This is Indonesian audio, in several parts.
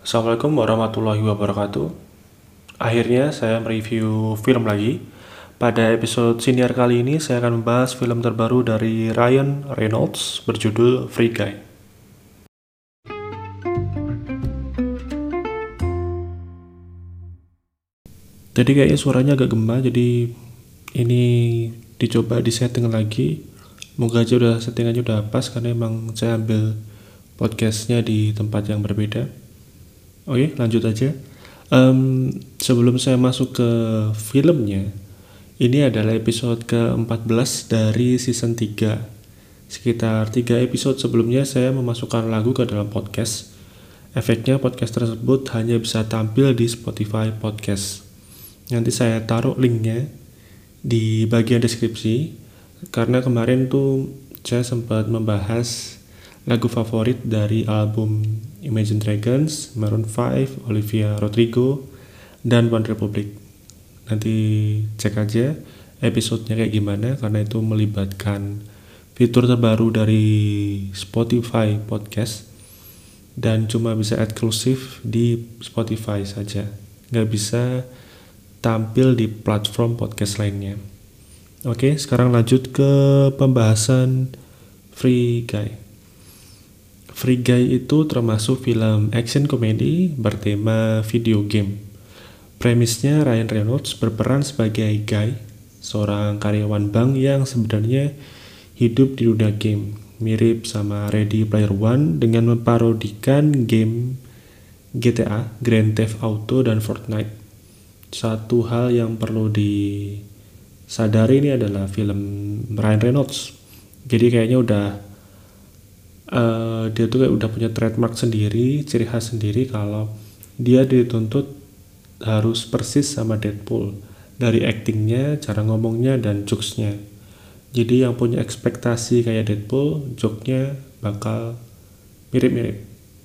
Assalamualaikum warahmatullahi wabarakatuh. Akhirnya saya mereview film lagi. Pada episode senior kali ini saya akan membahas film terbaru dari Ryan Reynolds berjudul Free Guy. Tadi kayaknya suaranya agak gema, jadi ini dicoba disetting lagi. Moga aja settingannya udah pas karena emang saya ambil podcastnya di tempat yang berbeda. Oke, lanjut aja. Sebelum saya masuk ke filmnya, ini adalah episode ke-14 dari season 3. Sekitar 3 episode sebelumnya saya memasukkan lagu ke dalam podcast. Efeknya podcast tersebut hanya bisa tampil di Spotify Podcast. Nanti saya taruh linknya di bagian deskripsi, karena kemarin tuh saya sempat membahas lagu favorit dari album Imagine Dragons, Maroon 5, Olivia Rodrigo, dan One Republic. Nanti cek aja episodenya kayak gimana, karena itu melibatkan fitur terbaru dari Spotify Podcast dan cuma bisa eksklusif di Spotify saja, nggak bisa tampil di platform podcast lainnya. Oke, sekarang lanjut ke pembahasan Free Guy. Free Guy itu termasuk film action komedi bertema video game. Premisnya Ryan Reynolds berperan sebagai Guy, seorang karyawan bank yang sebenarnya hidup di dunia game, mirip sama Ready Player One dengan memparodikan game GTA, Grand Theft Auto, dan Fortnite. Satu hal yang perlu disadari ini adalah film Ryan Reynolds. Jadi kayaknya dia tuh kayak udah punya trademark sendiri, ciri khas sendiri kalau dia dituntut harus persis sama Deadpool dari actingnya, cara ngomongnya, dan jokesnya. Jadi yang punya ekspektasi kayak Deadpool, jokesnya bakal mirip-mirip.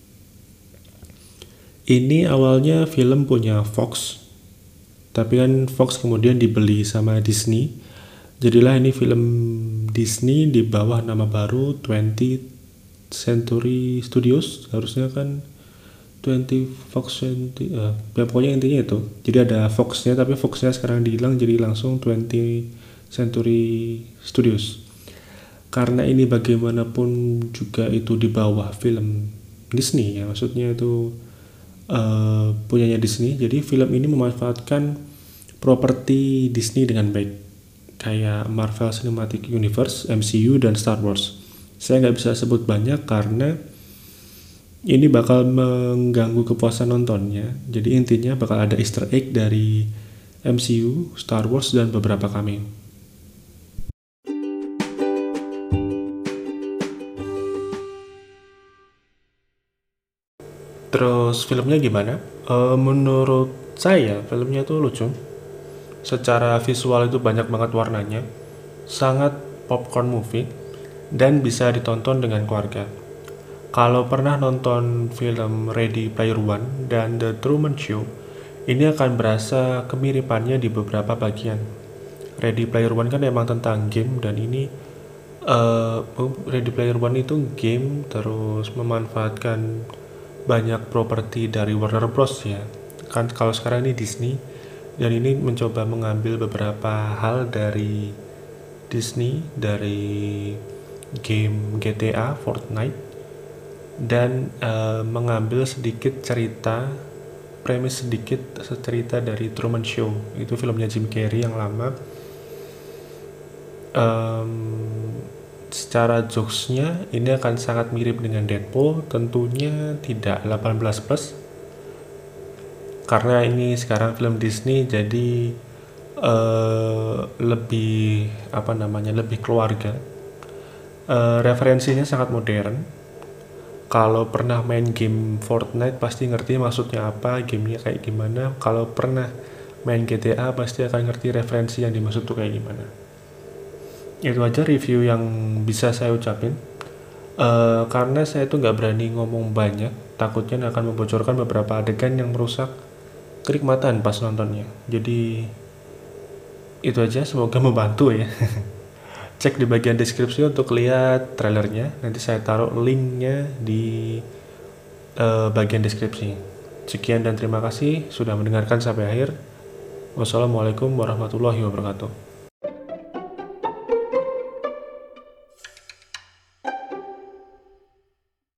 Ini awalnya film punya Fox, tapi kan Fox kemudian dibeli sama Disney. Jadilah ini film Disney di bawah nama baru 20th Century Studios. Harusnya kan 20 Fox 20, ya pokoknya intinya itu. Jadi ada Fox-nya, tapi Fox-nya sekarang dihilang jadi langsung 20th Century Studios. Karena ini bagaimanapun juga itu di bawah film Disney ya, maksudnya itu punyanya Disney. Jadi film ini memanfaatkan properti Disney dengan baik, kayak Marvel Cinematic Universe, MCU, dan Star Wars. Saya nggak bisa sebut banyak karena ini bakal mengganggu kepuasan nontonnya. Jadi intinya bakal ada Easter egg dari MCU, Star Wars, dan beberapa cameo. Terus filmnya gimana? Menurut saya filmnya tuh lucu. Secara visual itu banyak banget warnanya, sangat popcorn movie, dan bisa ditonton dengan keluarga. Kalau pernah nonton film Ready Player One dan The Truman Show, ini akan berasa kemiripannya di beberapa bagian. Ready Player One kan emang tentang game, dan ini Ready Player One itu game terus memanfaatkan banyak properti dari Warner Bros ya. Kan kalau sekarang ini Disney, dan ini mencoba mengambil beberapa hal dari Disney, dari game GTA, Fortnite, dan mengambil sedikit premis cerita dari Truman Show. Itu filmnya Jim Carrey yang lama. Secara jokesnya ini akan sangat mirip dengan Deadpool, tentunya tidak 18+, karena ini sekarang film Disney, jadi lebih keluarga. Referensinya sangat modern. Kalau pernah main game Fortnite pasti ngerti maksudnya apa, gamenya kayak gimana. Kalau pernah main GTA pasti akan ngerti referensi yang dimaksud tuh kayak gimana. Itu aja review yang bisa saya ucapin. Karena saya tuh nggak berani ngomong banyak, takutnya akan membocorkan beberapa adegan yang merusak kenikmatan pas nontonnya. Jadi itu aja, semoga membantu ya. Cek di bagian deskripsi untuk lihat trailernya. Nanti saya taruh linknya di bagian deskripsi. Sekian dan terima kasih sudah mendengarkan sampai akhir. Wassalamualaikum warahmatullahi wabarakatuh.